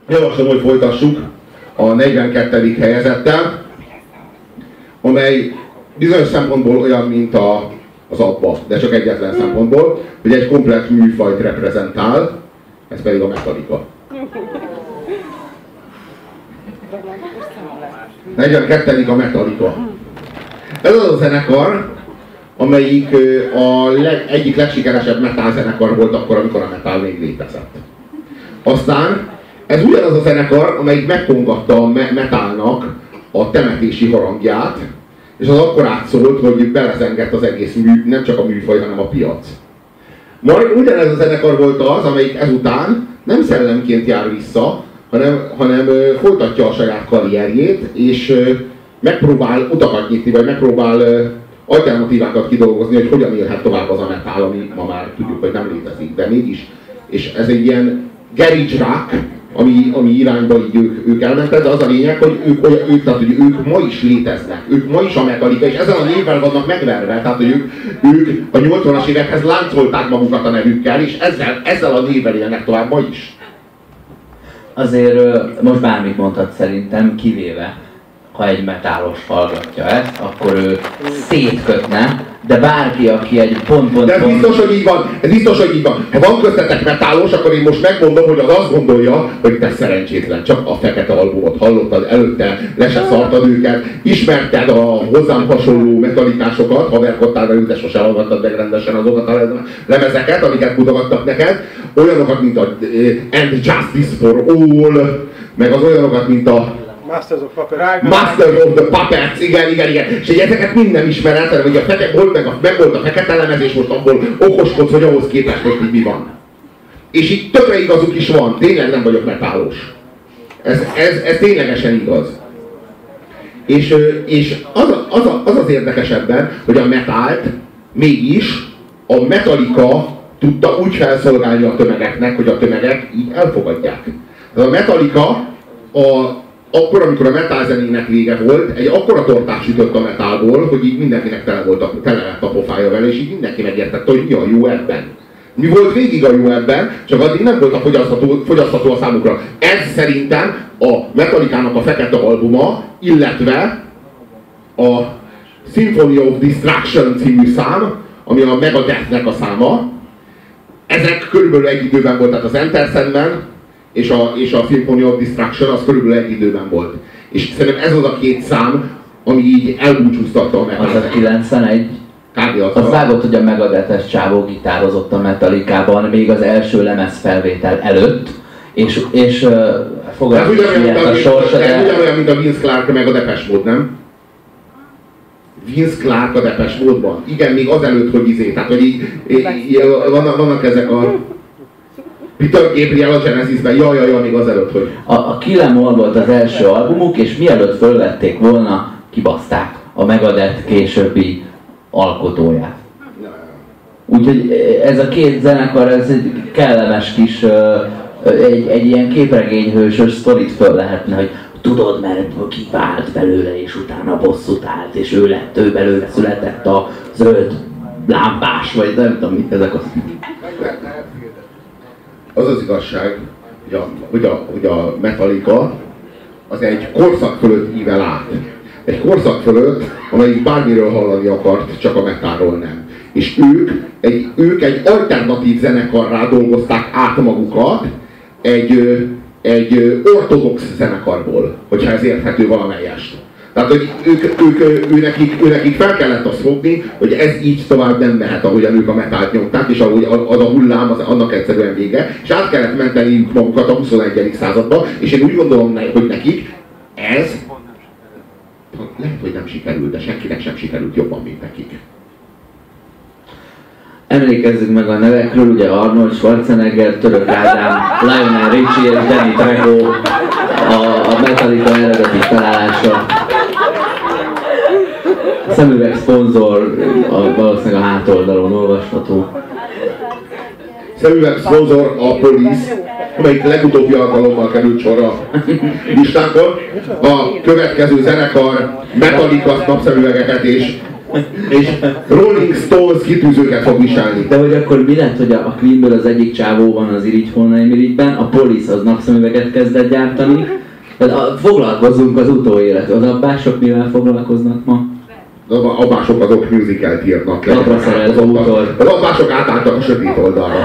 Javaslom, hogy folytassuk a 42. helyezettel, amely bizonyos szempontból olyan, mint az ABBA, de csak egyetlen szempontból, hogy egy komplet műfajt reprezentál, ez pedig a Metallica. 42. a Metallica. Ez az a zenekar, amelyik egyik legsikeresebb metal zenekar volt akkor, amikor a metal még létezett. Aztán ez ugyanaz a zenekar, amelyik megkongatta a metalnak a temetési harangját, és az akkor átszólt, hogy belezengett az egész nem csak a műfaj, hanem a piac. Majd ugyanez a zenekar volt az, amelyik ezután nem szellemként jár vissza, hanem folytatja a saját karrierjét, és megpróbál utakat nyitni, vagy megpróbál alternatívákat kidolgozni, hogy hogyan élhet tovább az a metal, ami ma már tudjuk, hogy nem létezik, de mégis. És ez egy ilyen garage rock, ami irányba így ők elmentek, de az a lényeg, hogy ők ma is léteznek, ők ma is a Metallica, és ezzel a névvel vannak megverve, tehát hogy ők a 80-as évekhez láncolták magukat a nevükkel, és ezzel a névvel élnek tovább ma is. Azért most bármit mondhat szerintem, kivéve, ha egy metálos hallgatja ezt, akkor ő szétkötne, de bárki, aki egy pont... De ez biztos, hogy így van, ez biztos, hogy így van. Ha van köztetek metálos, akkor én most megmondom, hogy az azt gondolja, hogy te szerencsétlen, csak a Fekete albumot hallottad, előtte le se szartad őket, ismerted a hozzám hasonló metalikásokat, haverkodtál velük, de sose hallgattad meg rendesen azokat a lemezeket, amiket mutogattak neked, olyanokat, mint a And Justice for All, meg az olyanokat, mint a Masters of Puppets. Masters of the Puppets, igen. És ezeket minden ismered, hogy meg volt a fekete lemez, és most abból okoskodsz, hogy ahhoz képest most így mi van. És így tökre igazuk is van, tényleg nem vagyok metálos. Ez ténylegesen igaz. És az érdekes ebben, hogy a metált mégis a Metallica tudta úgy felszolgálni a tömegeknek, hogy a tömegek így elfogadják. A Metallica akkor, amikor a metal zenének vége volt, egy akkora tortát sütött a metalból, hogy így mindenkinek tele lett a pofája vele, és így mindenki megértette, hogy mi a jó ebben. Mi volt végig a jó ebben, csak addig nem volt a fogyasztható a számukra. Ez szerintem a Metallicának a fekete albuma, illetve a Symphony of Destruction című szám, ami a Megadethnek a száma. Ezek körülbelül egy időben volt, tehát az Enter Sandman és a Symphony of Destruction az körülbelül egy időben volt. És szerintem ez az a két szám, ami így elbúcsúztatta a Metallica. Az a 91. Azt vágott, hogy a Megadeth-es csávó gitározott a Metallicában még az első lemez felvétel előtt, és fogalmaz ilyet a sorsa, de... ugyanolyan, mint a Vince Clarke meg a Depeche Mode, nem? Vince Clarke a Depeche Mode-ban. Igen, még azelőtt, hogy tehát hogy így vannak ezek a... Peter Gabriel a Genesisben, ja, még azelőtt, hogy... A Kill 'Em All volt az első albumuk, és mielőtt fölvették volna, kibaszták a Megadeth későbbi alkotóját. Úgyhogy ez a két zenekar, ez egy kellemes kis, egy ilyen képregényhősös sztorit föl lehetne, hogy tudod, mert kivált belőle, és utána bosszút állt, és ő belőle született a zöld lámpás, vagy nem tudom mit ezek az. Az az igazság, hogy a Metallica az egy korszak fölött ível át. Egy korszak fölött, amelyik bármiről hallani akart, csak a metalról nem. És ők egy alternatív zenekarrá dolgozták át magukat, egy ortodox zenekarból, hogyha ez érthető valamelyest. Tehát, hogy őnekik fel kellett azt fogni, hogy ez így tovább nem mehet, ahogyan ők a metált nyomták, és ahogy az a hullám, annak egyszerűen vége, és át kellett menteniük magukat a 21. századba, és én úgy gondolom, hogy nekik ez lehet, hogy nem sikerült, de senkinek sem sikerült jobban, mint nekik. Emlékezzük meg a nevekről, ugye Arnold Schwarzenegger, Török Ádám, Lionel Richie és Danny Trejo, a Metallica eredeti találása. A szemüveg szponzor, valószínűleg a hátoldalon olvasható. Szemüveg szponzor a Police, amelyik legutóbbi alkalommal került sorra a listánkon. A következő zenekar Metallica napszemüvegeket és És Rolling Stones kitűzőket fog viselni. De hogy akkor mi lett, hogy a Queenből az egyik csávó van az Irigy-Holnaimirigyben, a Police az napszemüveget kezdett gyártani, tehát foglalkozunk az utóélet. Az abbások mivel foglalkoznak ma? Az abbások azok musicalt írnak le. Napra szerelt útor. Az abbások átálltak a sötét oldalra.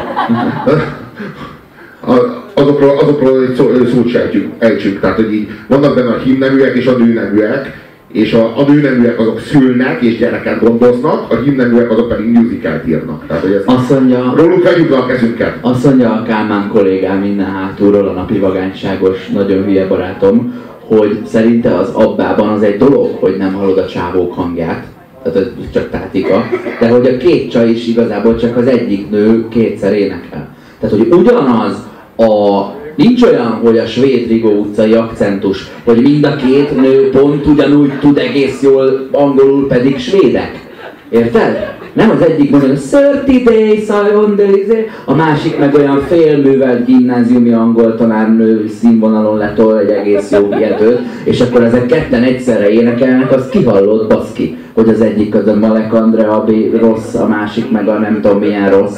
Azokról egy szót se ejtsük. Tehát, hogy így vannak benne a hímneműek és a nőneműek, és a nőneműek azok szülnek és gyereket gondoznak, a hímneműek azok pedig musicalt írnak. Tehát, hogy ez azt mondja, róluk vegyük le a kezünket. Azt mondja a Kálmán kollégám minden hátulról, a napi vagányságos, nagyon hülye barátom, hogy szerinte az abbában az egy dolog, hogy nem hallod a csávók hangját, tehát ez csak tátika, de hogy a két csaj is igazából csak az egyik nő kétszer énekel. Tehát, hogy ugyanaz nincs olyan, hogy a svéd Rigó utcai akcentus, hogy mind a két nő pont ugyanúgy tud egész jól angolul, pedig svédek. Érted? Nem az egyik mondja, hogy 30 days on the izé, a másik meg olyan félművelt gimnáziumi angol tanárnő színvonalon letol egy egész jó hihetőt, és akkor ezek ketten egyszerre énekelnek, azt kihallott baszki, hogy az egyik az a Malek Andrea rossz, a másik meg a nem tudom milyen rossz.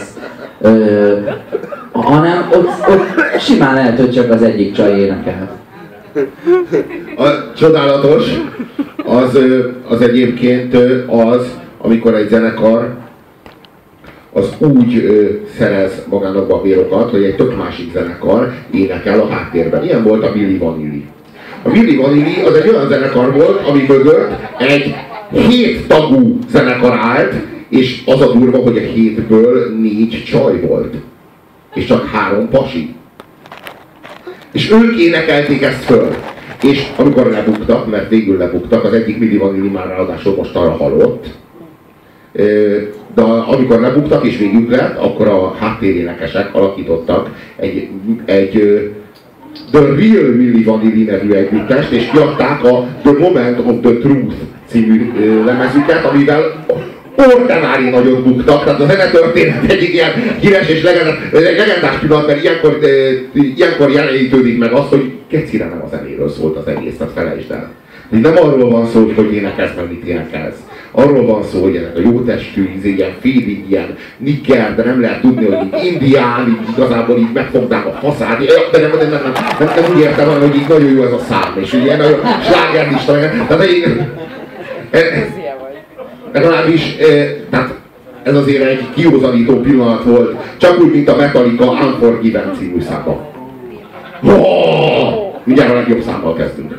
Hanem ott simán lehet, hogy csak az egyik csaj énekel. A csodálatos az egyébként az, amikor egy zenekar az úgy szerez magának babérokat, hogy egy tök másik zenekar énekel a háttérben. Ilyen volt a Milli Vanilli. A Milli Vanilli az egy olyan zenekar volt, ami mögött egy 7 tagú zenekar állt, és az a durva, hogy a 7-ből 4 csaj volt. És csak 3 pasi. És ők énekelték ezt föl. És amikor lebuktak, mert végül lebuktak, az egyik Milli Vanilli már ráadásul most arra halott, de amikor lebuktak és végük lett, akkor a háttérénekesek alakítottak egy The Real Milli Vanilli nevű együttest, és kiadták a The Moment of the Truth című lemezüket, amivel ordinári nagyot buktak, tehát a zenetörténet egyik ilyen híres és legendás pillanat, mert ilyenkor jelenítődik meg az, hogy kecire nem a zenéről szólt az egész, tehát felejtsd el. Nem arról van szó, hogy énekelsz, meg mit énekelsz. Arról van szó, hogy ennek a jó testű, ilyen félig ilyen nigger, de nem lehet tudni, hogy így indián, így igazából így megfogták a faszát, de nem úgy értem, hogy így nagyon jó ez a szám, és ilyen nagyon slágerlista, tehát legalábbis, tehát ez azért egy kiózanító pillanat volt, csak úgy, mint a Metallica Unforgiven című száma. Mindjárt a legjobb számmal kezdünk.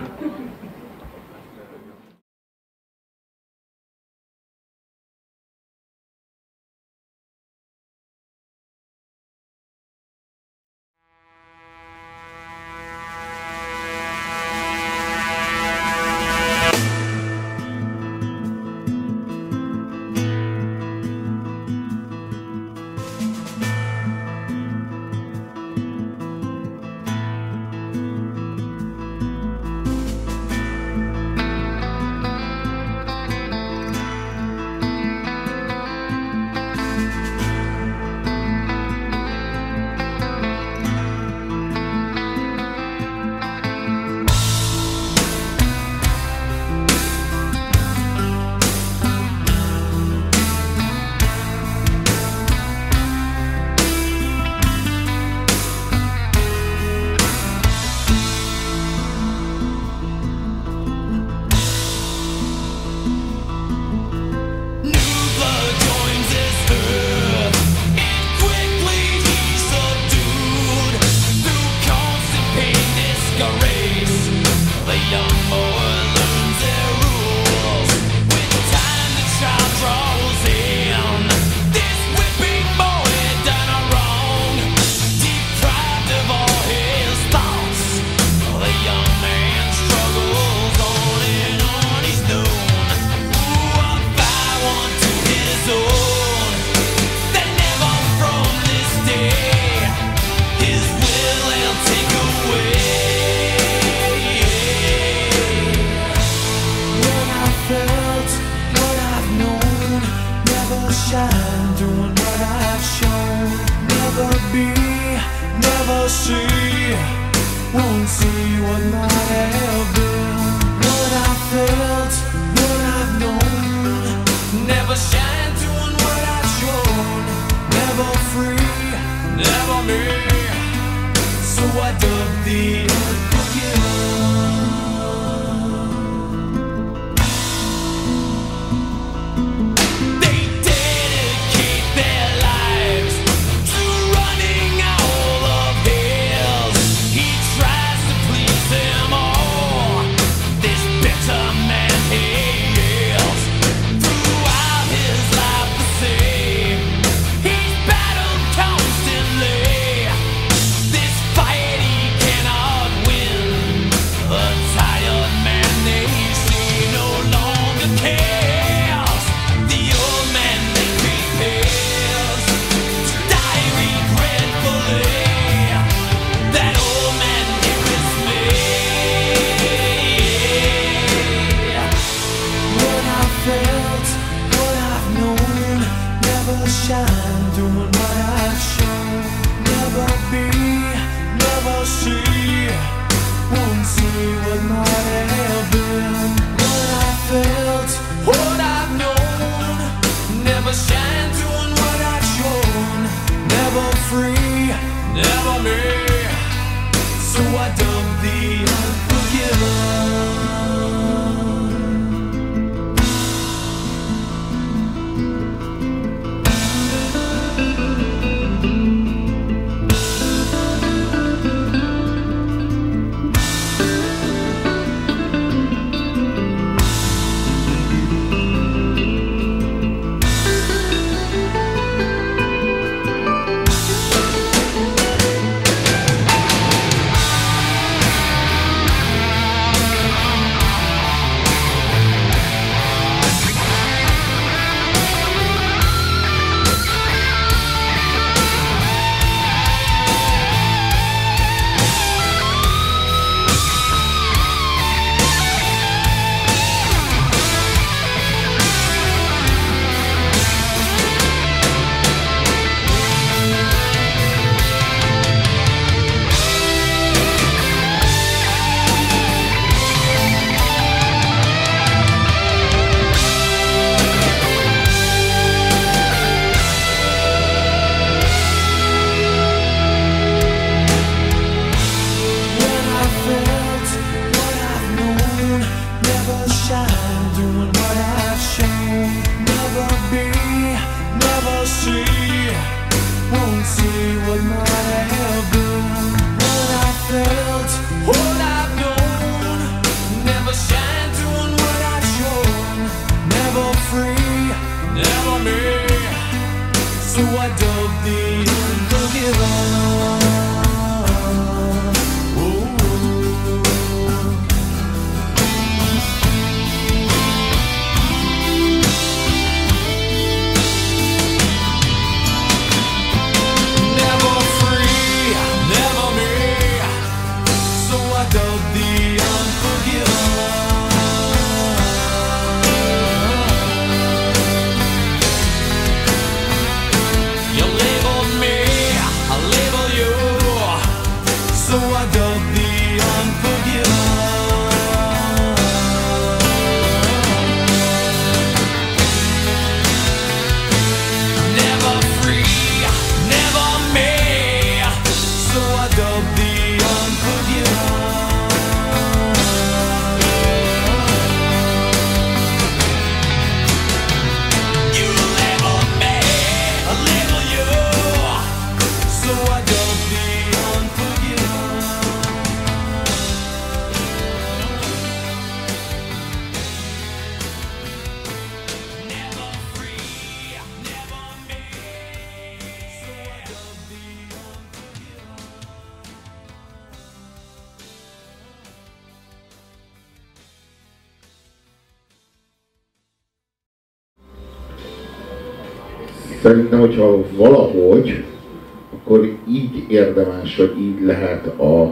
Szerintem, hogyha valahogy, akkor így érdemes, vagy így lehet a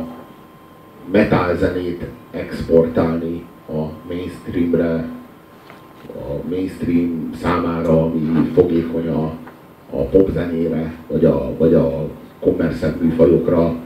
metal zenét exportálni a mainstreamre, a mainstream számára, ami fogékony a popzenére, vagy a kommerszebb műfajokra.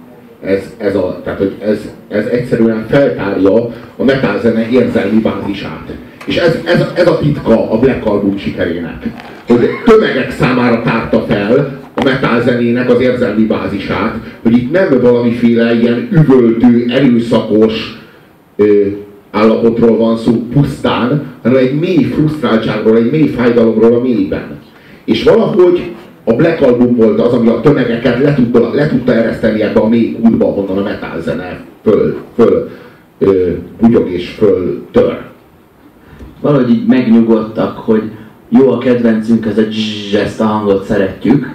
Ez egyszerűen feltárja a metal zene érzelmi bázisát. És ez a titka a Black Album sikerének. Hogy tömegek számára tárta fel a metal zenének az érzelmi bázisát, hogy itt nem valamiféle ilyen üvöltő, erőszakos állapotról van szó pusztán, hanem egy mély frusztráltságról, egy mély fájdalomról a mélyben. És valahogy a Black Album volt az, ami a tömegeket le tudta ereszteni ebbe a mély kútba, ahonnan a metal zene föl bugyog és föl tör. Valahogy így megnyugodtak, hogy jó a kedvencünk, ez a dzs, ezt a hangot szeretjük,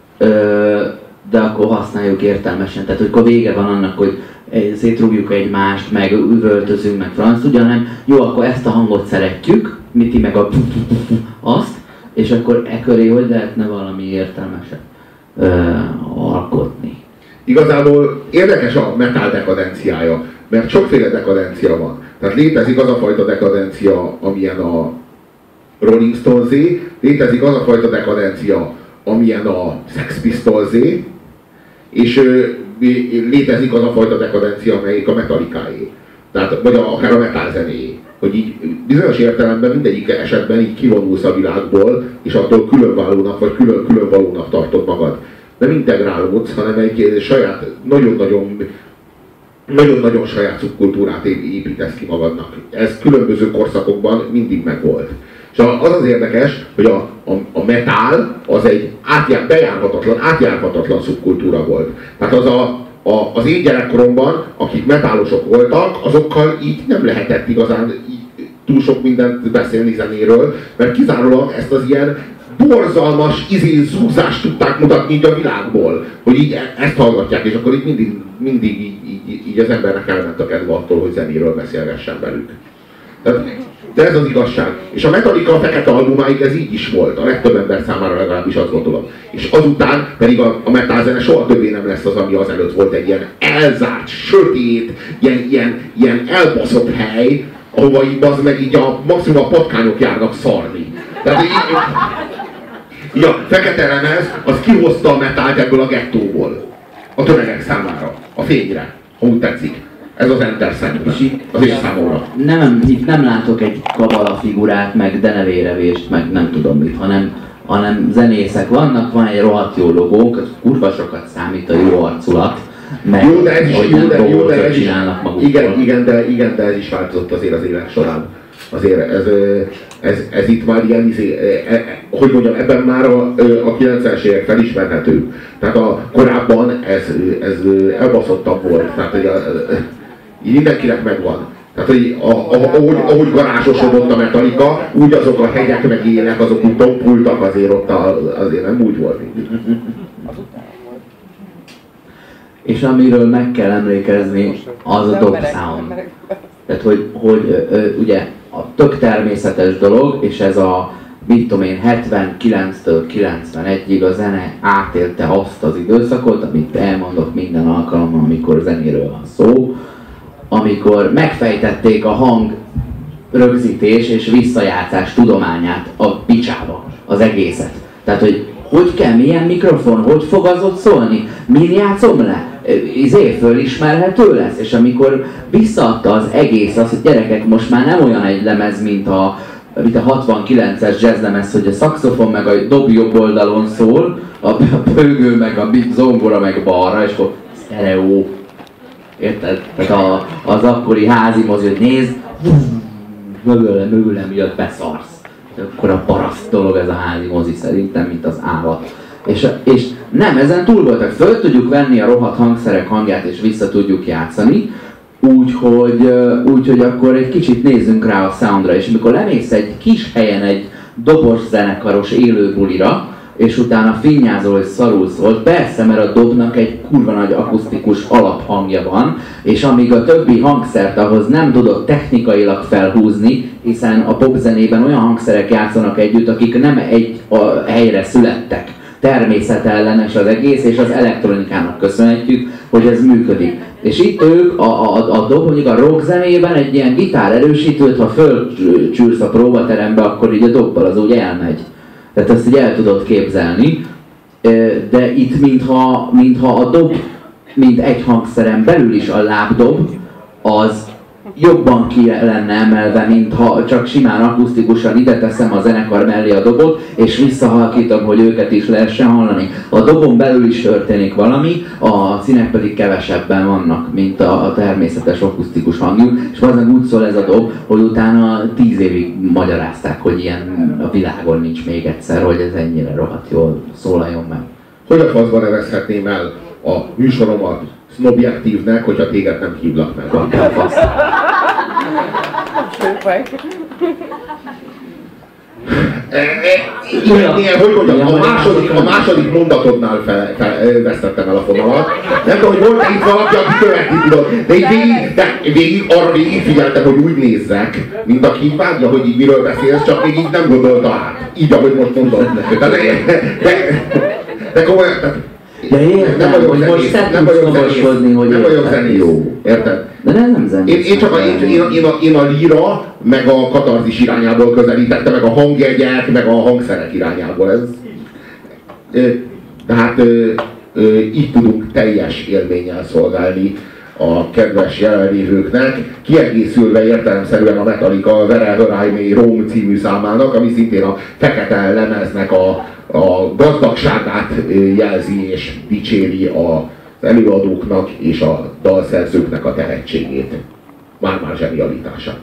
de akkor használjuk értelmesen. Tehát, hogy akkor vége van annak, hogy szétrúgjuk egymást, meg üvöltözünk, meg franc tudja, hanem jó, akkor ezt a hangot szeretjük, miti meg azt, és akkor e köré hogy lehetne valami értelmeset alkotni. Igazából érdekes a metal dekadenciája, mert sokféle dekadencia van. Tehát létezik az a fajta dekadencia, amilyen a Rolling Stones-é, létezik az a fajta dekadencia, amilyen a Sex Pistols-é, és létezik az a fajta dekadencia, amelyik a Metallica-é. Tehát, vagy akár a metal zenéjé. Hogy így bizonyos értelemben mindegyik esetben így kivonulsz a világból, és attól különválónak, vagy különvalónak tartod magad. Nem integrálódsz, hanem egy saját, nagyon-nagyon saját szubkultúrát építesz ki magadnak. Ez különböző korszakokban mindig megvolt. És az az érdekes, hogy a metal az egy átjárhatatlan szubkultúra volt. Tehát az én gyerekkoromban, akik metálosok voltak, azokkal így nem lehetett igazán túl sok mindent beszélni zenéről, mert kizárólag ezt az ilyen borzalmas zúzást tudták mutatni így a világból, hogy így ezt hallgatják, és akkor így mindig így az embernek elment a kedve attól, hogy zenéről beszélgessen velük. De ez az igazság. És a Metallica a fekete albumáig ez így is volt, a legtöbb ember számára legalábbis azt gondolom. És azután pedig a metal zene soha többé nem lesz az, ami azelőtt volt, egy ilyen elzárt, sötét, ilyen elbaszott hely, ahova így az meg így maximum a patkányok járnak szarni. Tehát így a fekete lemez az kihozta a metált ebből a gettóból. A tömegek számára. A fényre, ha úgy tetszik. Ez az Enter Sandman, az én számomra. Itt nem látok egy kabala figurát, meg denevérevést, meg nem tudom mit, hanem zenészek vannak, van egy rohadt jó logónk, az kurva sokat számít a jó arculat, meg jó, de ez is, hogy jó, de ez is, csinálnak maguktól. Igen, de ez is változott azért az évek során. Azért ez itt már ilyen, hogy mondjam, ebben már a 90-es évek felismerhető. Tehát korábban ez elbaszottabb volt. Tehát így mindenkinek megvan. Tehát, hogy ahogy garázsosodott a Metallica, úgy azok a hegyek meg ének, azok úgy tompultak, azért ott azért nem úgy volt. És amiről meg kell emlékezni, az a dob sound. Tehát, hogy ugye a tök természetes dolog, és ez a, mit tudom én, 79-től 91-ig a zene átélte azt az időszakot, amit elmondok minden alkalommal, amikor zenéről van szó, amikor megfejtették a hang rögzítés és visszajátszás tudományát a picsába, az egészet. Tehát, hogy kell, milyen mikrofon, hogy fog az ott szólni, min játszom le, fölismerhető lesz, és amikor visszaadta az egész, az, hogy gyerekek, most már nem olyan egy lemez, mint a 69-es jazzlemez, hogy a szaxofon meg a dob jobb oldalon szól, a pögő meg a zongora meg balra, és akkor sztereó. Érted? Tehát az akkori házi mozi, hogy nézd, mögülem jött, beszarsz. Akkor a paraszt dolog ez a házi mozi szerintem, mint az állat. És nem, ezen túl voltak, föl tudjuk venni a rohadt hangszerek hangját és vissza tudjuk játszani, úgyhogy akkor egy kicsit nézzünk rá a soundra, és amikor lemész egy kis helyen egy dobos zenekaros élő bulira, és utána finnyázol, hogy szarul szól, persze, mert a dobnak egy kurva nagy akusztikus alaphangja van, és amíg a többi hangszert ahhoz nem tudod technikailag felhúzni, hiszen a popzenében olyan hangszerek játszanak együtt, akik nem egy helyre születtek. Természetellenes az egész, és az elektronikának köszönhetjük, hogy ez működik. És itt ők a dob, mondjuk a rock zenében egy ilyen gitár erősítőt, ha fölcsülsz a próbaterembe, akkor így a dobbal az úgy elmegy. Tehát ezt így el tudod képzelni, de itt mintha a dob, mint egy hangszeren belül is a lábdob, az jobban ki lenne emelve, mint ha csak simán akusztikusan ide teszem a zenekar mellé a dobot, és visszahalkítom, hogy őket is lehessen hallani. A dobon belül is történik valami, a színek pedig kevesebben vannak, mint a természetes akusztikus hangjuk, és bazdmeg úgy szól ez a dob, hogy utána 10 évig magyarázták, hogy ilyen a világon nincs még egyszer, hogy ez ennyire rohadt jól szólaljon meg. Hogy a faszban nevezhetném el a műsoromat Snobjektívnek, hogyha téged nem hívlak meg? Akár fasz. Hogy mondjam, a második mondatodnál vesztettem el a fonalat. Nem tudom, hogy volt-e itt valaki, aki követni tudod, de így arra végig figyeltem, hogy úgy nézzek, mint aki így vágja, hogy így miről beszélsz, csak még így nem gondolta át. Így, ahogy most mondod. De komolyan, de értem, nem vagyok hogy zenész, most te tudsz magasodni, hogy nem vagyok zenész, érted? De nem zenész. Én a líra, meg a katarzis irányából közelítettem, meg a hangjegyek, meg a hangszerek irányából. Tehát így tudunk teljes élménnyel szolgálni a kedves jelenlévőknek, kiegészülve értelemszerűen a Metallica Where I May Roam című számának, ami szintén a fekete lemeznek a gazdagságát jelzi és dicséri az előadóknak és a dalszerzőknek a tehetségét, már-már zsenialitását.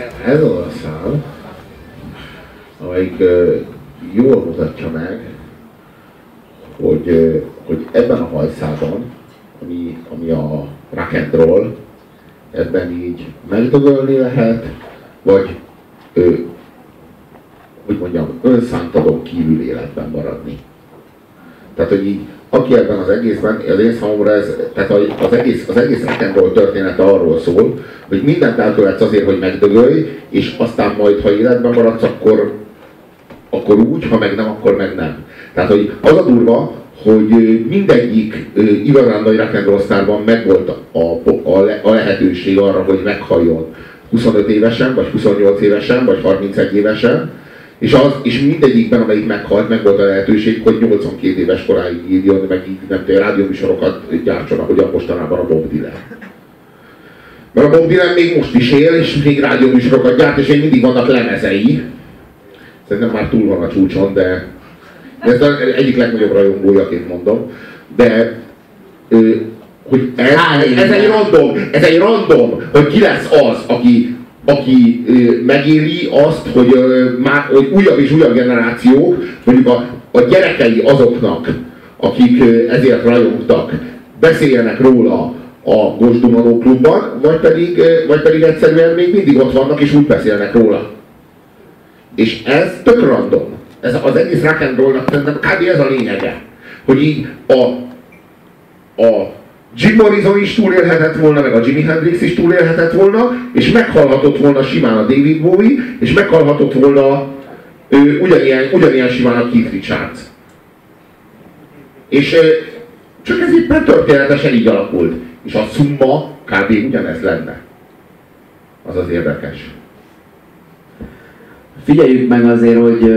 Ez az a szám, amelyik jól mutatja meg, hogy ebben a hajszában, ami a rock and roll, ebben így megdögölni lehet, vagy hogy mondjam, önszántadon kívül életben maradni. Tehát, hogy így, aki ebben az egészben, az én számomra ez, tehát az egész rock and roll története arról szól, hogy mindent elkövetsz azért, hogy megdögölj, és aztán majd, ha életben maradsz, akkor úgy, ha meg nem, akkor meg nem. Tehát, hogy az a durva, hogy mindegyik igazán nagy rock and roll sztárban megvolt a lehetőség arra, hogy meghalljon 25 évesen, vagy 28 évesen, vagy 31 évesen, és mindegyikben, amelyik meghalt, megvolt a lehetőség, hogy 82 éves koráig írjon, meg így nem tudom, rádióműsorokat gyártson, ahogyan mostanában a Bob Dylan. Mert a Bob Dylan még most is él, és még rádióműsorokat gyárt, és még mindig vannak lemezei. Szerintem már túl van a csúcson, de ez az egyik legnagyobb rajongójaként mondom. De hogy ez egy random, hogy ki lesz az, aki megéri azt, hogy újabb és újabb generációk, mondjuk a gyerekei azoknak, akik ezért rajongtak, beszéljenek róla a Gosdumanó klubban, vagy pedig egyszerűen még mindig ott vannak és úgy beszélnek róla. És ez tök random. Ez az egész rock and rollnak kb. Ez a lényege. Hogy így a Jim Morrison is túlélhetett volna, meg a Jimi Hendrix is túlélhetett volna, és meghalhatott volna simán a David Bowie, és meghalhatott volna ugyanilyen simán a Keith Richards. És csak ez éppen történetesen így alakult. És a szumma kb. Ugyanez lenne. Az az érdekes. Figyeljük meg azért, hogy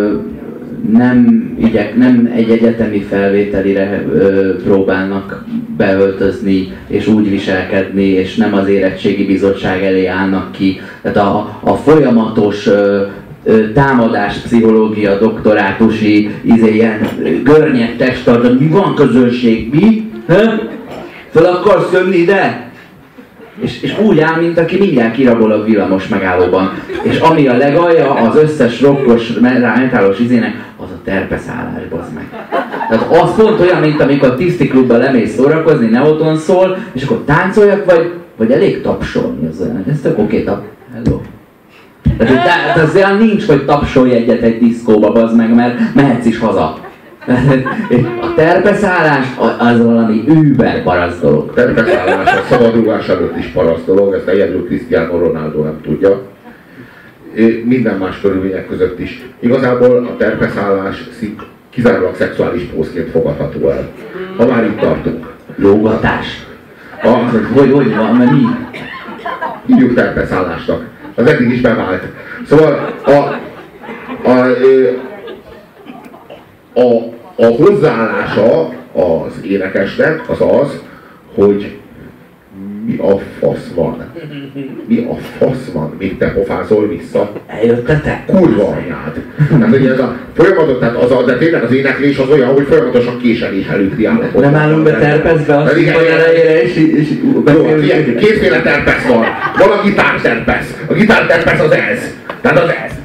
nem egy egyetemi felvételire próbálnak beöltözni, és úgy viselkedni, és nem az érettségi bizottság elé állnak ki. Tehát a folyamatos támadás, pszichológia, doktorátusi, ilyen görnyed testtartalom, mi van közönség, mi? Föl akarsz jönni ide? És úgy áll, mint aki mindjárt kirabol a villamos megállóban. És ami a legalja az összes rokkos, metálos izének, az a terpeszállás, bazd meg. Tehát az pont olyan, mint amikor a Tiszti Klubban lemész szórakozni, Neoton szól, és akkor táncoljak, vagy elég tapsolni az olyan. Ez tök oké, hello. Tehát az olyan nincs, hogy tapsolj egyet egy diszkóba, bazd meg, mert mehetsz is haza. A terpeszállás az valami über paraszt dolog. A terpeszállás a szabadrugás előtt is paraszt dolog, ezt egyedül Cristiano Ronaldo nem tudja. Minden más körülmények között is. Igazából a terpeszállás kizárólag szexuális pózként fogadható el. Ha már itt tartunk. Lógatás. Hogy van, mert mi? Hívjuk terpeszállásnak. Az eddig is bevált. Szóval a hozzáállása az énekesnek az az, hogy mi a fasz van? Mi a fasz van? Még te pofázol vissza? Eljöttetek? Kurva anyád! Tehát, hogy ez a folyamatot, tehát de tényleg az éneklés az olyan, hogy folyamatosan késelés előtti állapot. Nem állunk be terpeszbe, azt mondja elejére, és beszélünk. Kétféle terpesz van. Van a gitárterpesz. A gitárterpesz az ez. Tehát az ez.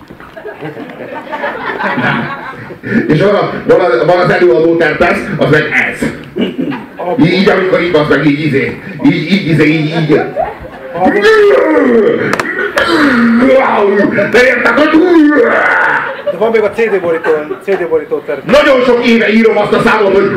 És van az előadó terpesz, az meg ez. Így, amikor így az meg így. De értek, hogy... De van még a CD borító terpesz. Nagyon sok éve írom azt a számot, hogy...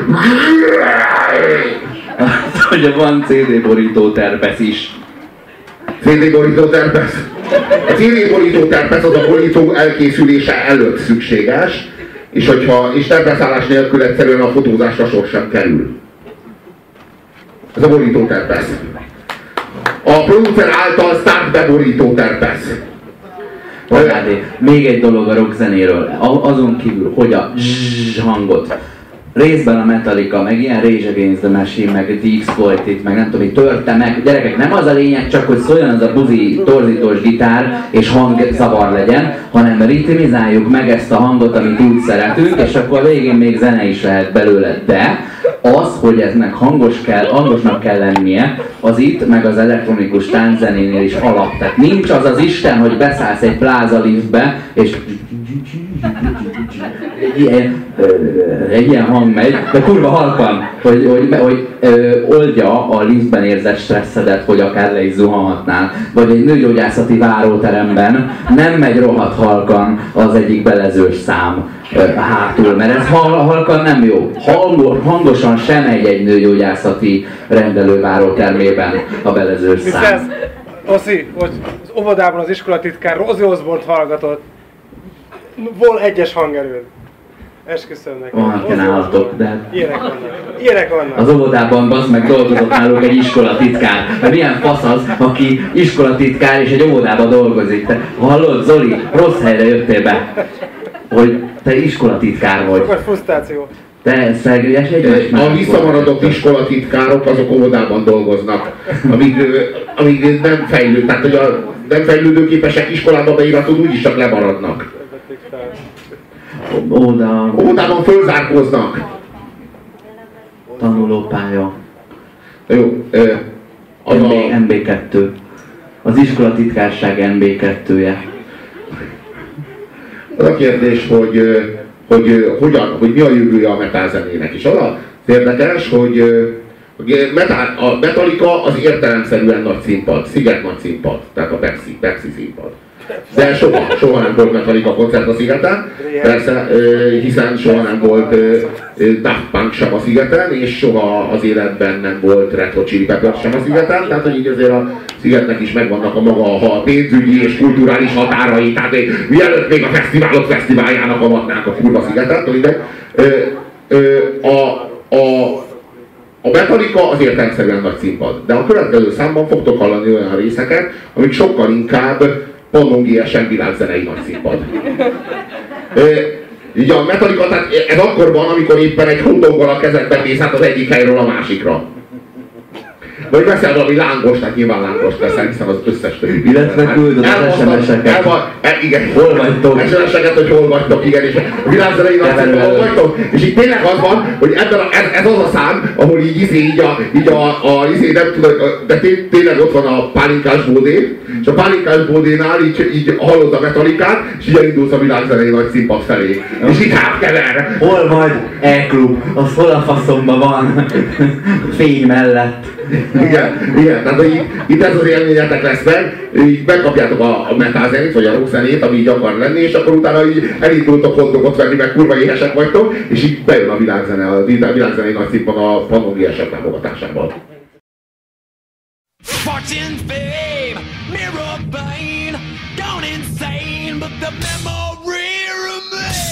Hogy van CD borító terpesz is. CD borító terpesz? A CD borító terpesz az a borító elkészülése előtt szükséges, és terpeszállás nélkül egyszerűen a fotózásra sor sem kerül. Ez a borító terpesz. A producer által start beborító terpesz. Még egy dolog a rockzenéről, azon kívül, hogy a zs hangot részben a Metallica, meg ilyen Rage Against the Machine, meg The Exploited, meg nem tudom, hogy törte meg. Gyerekek, nem az a lényeg csak, hogy szóljon az a buzi, torzítós gitár, és hangzavar legyen, hanem ritmizáljuk meg ezt a hangot, amit úgy szeretünk, és akkor a végén még zene is lehet belőle. De az, hogy eznek hangosnak kell lennie, az itt, meg az elektronikus tánczenénél is alap. Tehát nincs az az Isten, hogy beszállsz egy Plaza liftbe, és egy ilyen hang megy, de kurva halkan, hogy oldja a liftben érzett stresszedet, hogy akár le is zuhanhatnál. Vagy egy nőgyógyászati váróteremben nem megy rohadt halkan az egyik belezős szám hátul, mert ez halkan nem jó. Hangosan sem megy egy nőgyógyászati rendelővárótermében a belezős szám. Oszi, hogy az óvodában az iskolatitkár Ozzy Osbourne-t hallgatott. Vol egyes hangerőd. Esküszöm nekem. Vannak ilyen állatok, de... Ilyenek vannak. Az óvodában bazd meg dolgozott náluk egy iskolatitkár. Mert milyen fasz az, aki iskolatitkár és egy óvodában dolgozik. Te hallod, Zoli, rossz helyre jöttél be. Hogy te iskolatitkár vagy. Sokat frusztráció. Te szegőjes egy a visszamaradott iskolatitkárok azok óvodában dolgoznak, amíg nem fejlődő, tehát hogy a nem fejlődőképesek iskolába beíratod, úgyis csak lemaradnak. Óvodában fölzárkóznak. Tanulópálya. Jó. MB2. Az iskolatitkárság MB2-je. Az a kérdés, hogy mi a jövője a metal zenének. És az érdekes, hogy a Metallica az értelemszerűen nagy színpad, Sziget nagy színpad, tehát a Pepsi színpad. De soha nem volt Metallica koncert a Szigeten, persze, hiszen soha nem volt Daft Punk sem a Szigeten, és soha az életben nem volt Red Hot Chili Peppers sem a Szigeten, tehát hogy így azért a Szigetnek is megvannak a maga pénzügyi és kulturális határai, tehát mielőtt még a fesztiválok fesztiváljának avatnánk a kurva Szigetet, a Metallica az értelemszerűen nagy színpad, de a következő számban fogtok hallani olyan részeket, amik sokkal inkább pannongiesen világzenei nagy színpad. Így a Metallica, tehát ez akkor van, amikor éppen egy hotdoggal a kezedben mész át az egyik helyről a másikra. Vagy veszel valami lángos, tehát nyilván lángos veszel, hiszen az összes többi. Illetve küldöd az SMS-eket. Igen, hol vagytok? SMS-eket, hogy hol vagytok, igen, és a világzenei nagy színpadon hol vagytok. És itt tényleg az van, hogy ez az a szám, ahol így nem tudod, de tényleg ott van a pálinkás bódé, és a pálinkás bódénál így hallod a Metallicát, és így elindulsz a világzenei nagy színpad felé. És így hátkever. Hol vagy? E-klub. Az hol a faszomba van? Fény mellett. Igen, tehát itt ez az élményetek lesz meg, így megkapjátok a metal zenét, vagy a rock zenét, ami így akar lenni, és akkor utána így elindultok hotdogot venni, meg kurva éhesek vagytok, és így bejön a világzenei nagy színpad a pannongiesek támogatásával. Fortune's babe, mirror bane, gone insane, but the memory remains.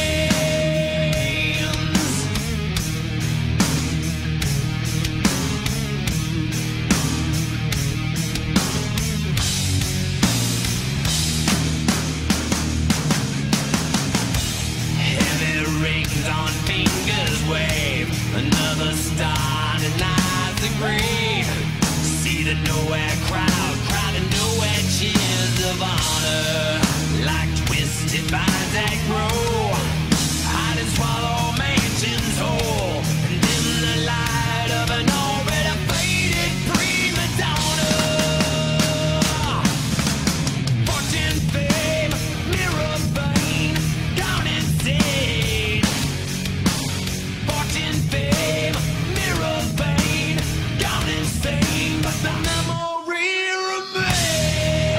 Heavy rings on fingers wave, another star denies the grave. See the nowhere crowd, crowding nowhere cheers of honor, like twisted vines that grow, hide and swallow mansions whole, and in the light of an already faded prima donna. Fortune, fame, mirror bane, gone insane. Fortune, fame, mirror bane, gone insane, but the memory remains.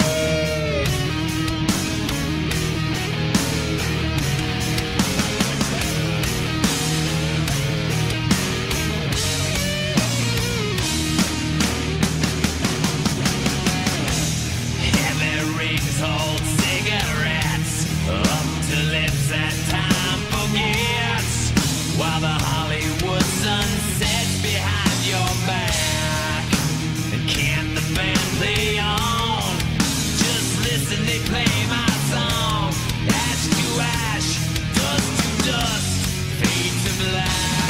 Heavy rings hold cigarettes up to lips that time forgets, while the Hollywood sun sets behind your back. And can't the band play on? Just listen, they play my song. Ash to ash, dust to dust, fade to black.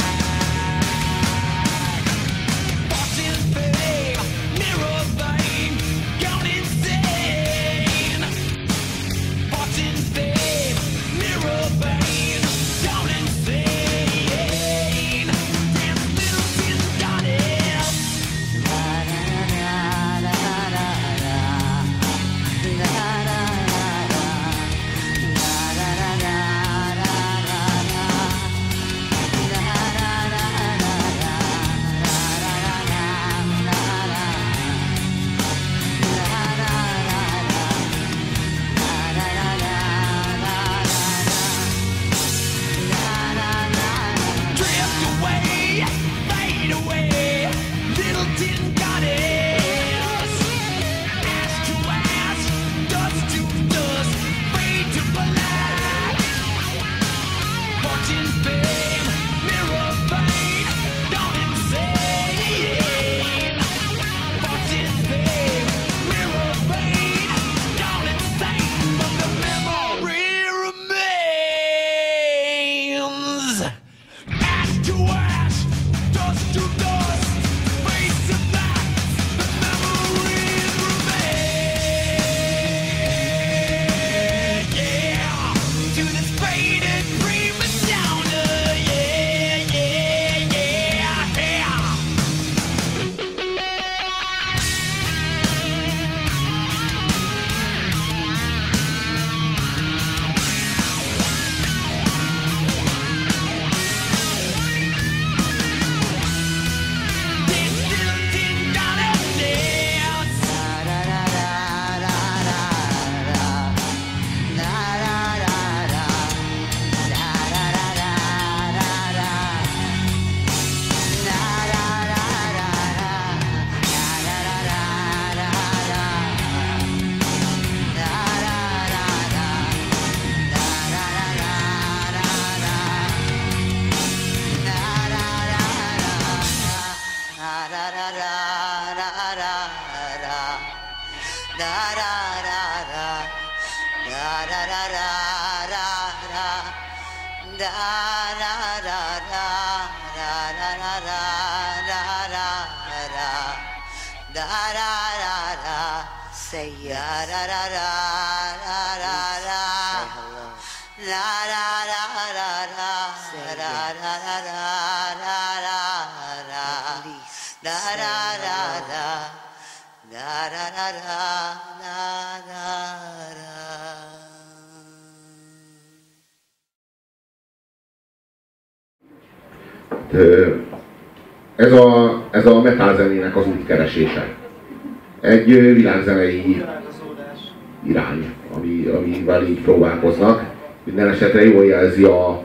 Say ya ra ra ra ra ra ra. La la la la la ra ra ra ra ra ra ra. La la la la la ra ra ra la la ra. Ez a metal zenének az útkeresése. Egy világzenei irány, amivel így próbálkoznak. Minden esetre jól jelzi a...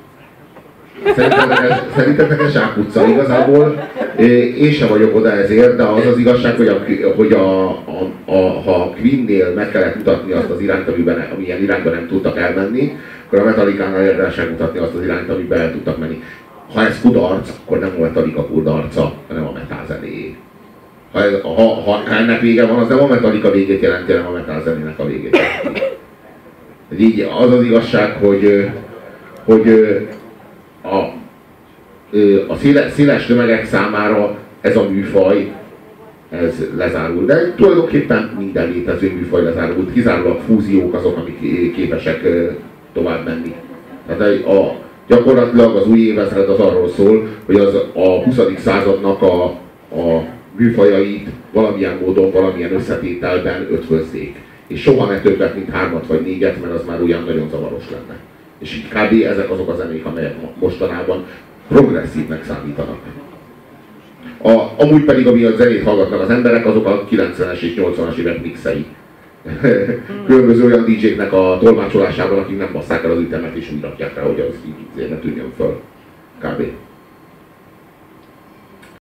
Szerintetek ez zsákutca igazából. Én sem vagyok oda ezért, de az az igazság, hogy ha Queennél meg kellett mutatni azt az irányt, amilyen irányba nem tudtak elmenni, akkor a Metallicánál érdemes mutatni azt az irányt, amiben el tudtak menni. Ha ez kudarc, akkor nem a Metallica kudarca, hanem a metal zenéjé. Ha ennek vége van, az nem a Metallica végét jelenti, hanem a metal zenének a végét jelenti. Így az az igazság, hogy a széles tömegek számára ez a műfaj, ez lezárul. De tulajdonképpen minden létező műfaj lezárult. Kizárólag fúziók azok, amik képesek tovább menni. Tehát gyakorlatilag az új évezred az arról szól, hogy az a 20. századnak a műfajait valamilyen módon, valamilyen összetételben ötvözzék. És soha ne többet, mint 3 vagy 4, mert az már olyan nagyon zavaros lenne. És így kb. Ezek azok a zenék, amelyek mostanában progresszívnek számítanak. Amúgy pedig, ami a zenét hallgatnak az emberek, azok a 90-es és 80-as évek mixei. Különböző olyan DJ-knek a tolmácsolásával, akik nem basszák el az ütemet és úgy rakják rá, hogy az így ne tűnjön föl. Kb.